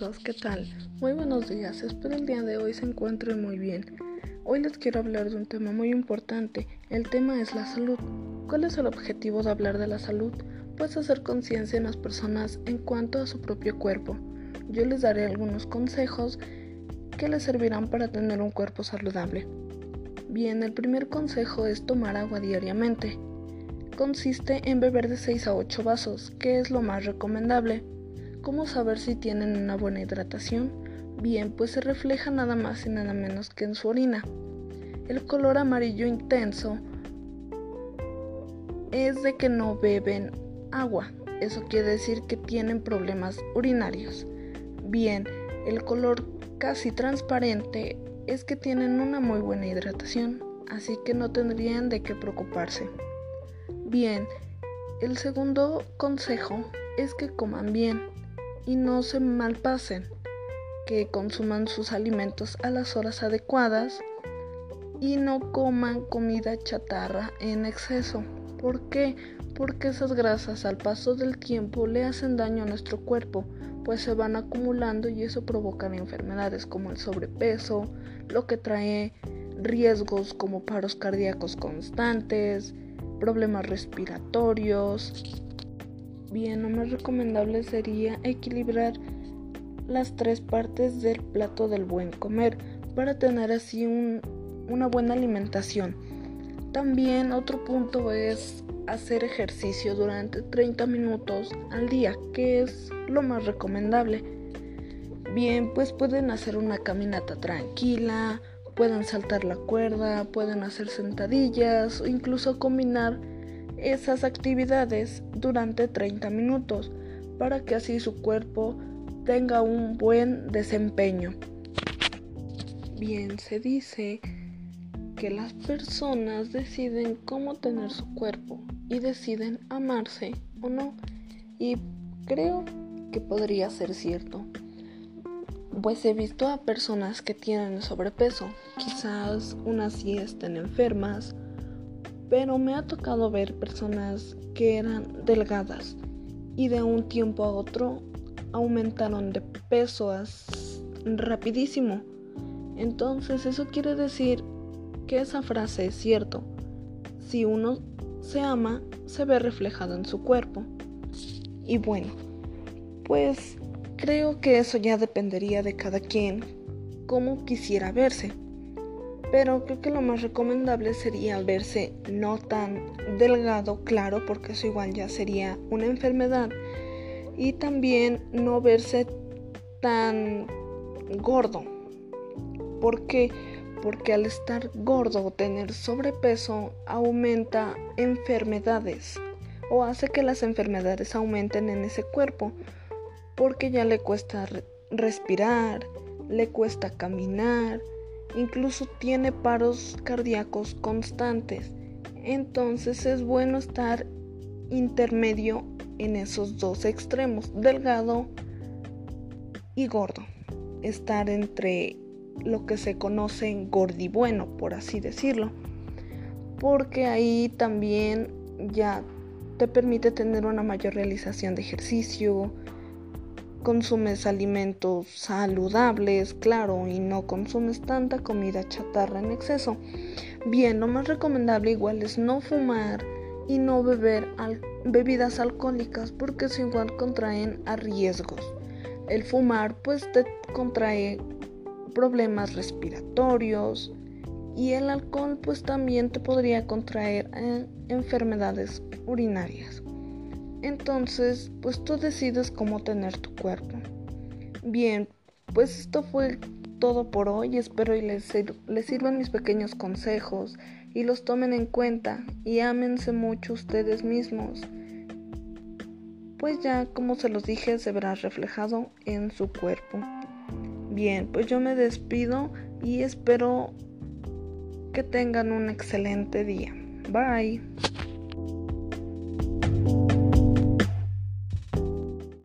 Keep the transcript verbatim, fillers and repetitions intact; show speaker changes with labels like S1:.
S1: todos, ¿qué tal? Muy buenos días, espero el día de hoy se encuentren muy bien. Hoy les quiero hablar de un tema muy importante, el tema es la salud. ¿Cuál es el objetivo de hablar de la salud? Pues hacer conciencia en las personas en cuanto a su propio cuerpo. Yo les daré algunos consejos que les servirán para tener un cuerpo saludable. Bien, el primer consejo es tomar agua diariamente. Consiste en beber de seis a ocho vasos, que es lo más recomendable. ¿Cómo saber si tienen una buena hidratación? Bien, pues se refleja nada más y nada menos que en su orina. El color amarillo intenso es de que no beben agua. Eso quiere decir que tienen problemas urinarios. Bien, el color casi transparente es que tienen una muy buena hidratación, así que no tendrían de qué preocuparse. Bien, el segundo consejo es que coman bien y no se malpasen, que consuman sus alimentos a las horas adecuadas y no coman comida chatarra en exceso. ¿Por qué? Porque esas grasas al paso del tiempo le hacen daño a nuestro cuerpo, pues se van acumulando y eso provoca enfermedades como el sobrepeso, lo que trae riesgos como paros cardíacos constantes, problemas respiratorios. Bien, lo más recomendable sería equilibrar las tres partes del plato del buen comer para tener así un, una buena alimentación. También otro punto es hacer ejercicio durante treinta minutos al día, que es lo más recomendable. Bien, pues pueden hacer una caminata tranquila, pueden saltar la cuerda, pueden hacer sentadillas o incluso combinar esas actividades durante treinta minutos para que así su cuerpo tenga un buen desempeño. Bien, se dice que las personas deciden cómo tener su cuerpo y deciden amarse o no, y creo que podría ser cierto, pues he visto a personas que tienen sobrepeso, quizás unas sí estén enfermas, pero me ha tocado ver personas que eran delgadas y de un tiempo a otro aumentaron de peso rapidísimo. Entonces eso quiere decir que esa frase es cierto. Si uno se ama, se ve reflejado en su cuerpo. Y bueno, pues creo que eso ya dependería de cada quien, cómo quisiera verse. Pero creo que lo más recomendable sería verse no tan delgado, claro, porque eso igual ya sería una enfermedad. Y también no verse tan gordo. ¿Por qué? Porque al estar gordo o tener sobrepeso aumenta enfermedades o hace que las enfermedades aumenten en ese cuerpo, porque ya le cuesta re- respirar, le cuesta caminar, incluso tiene paros cardíacos constantes. Entonces es bueno estar intermedio en esos dos extremos, delgado y gordo. Estar entre lo que se conoce en gordibueno, por así decirlo, porque ahí también ya te permite tener una mayor realización de ejercicio, consumes alimentos saludables, claro, y no consumes tanta comida chatarra en exceso. Bien, lo más recomendable igual es no fumar y no beber al- bebidas alcohólicas, porque eso igual contraen a riesgos. El fumar pues te contrae problemas respiratorios y el alcohol pues también te podría contraer eh, enfermedades urinarias. Entonces, pues tú decides cómo tener tu cuerpo. Bien, pues esto fue todo por hoy. Espero y les, sir- les sirvan mis pequeños consejos y los tomen en cuenta y ámense mucho ustedes mismos. Pues ya, como se los dije, se verá reflejado en su cuerpo. Bien, pues yo me despido y espero que tengan un excelente día. Bye.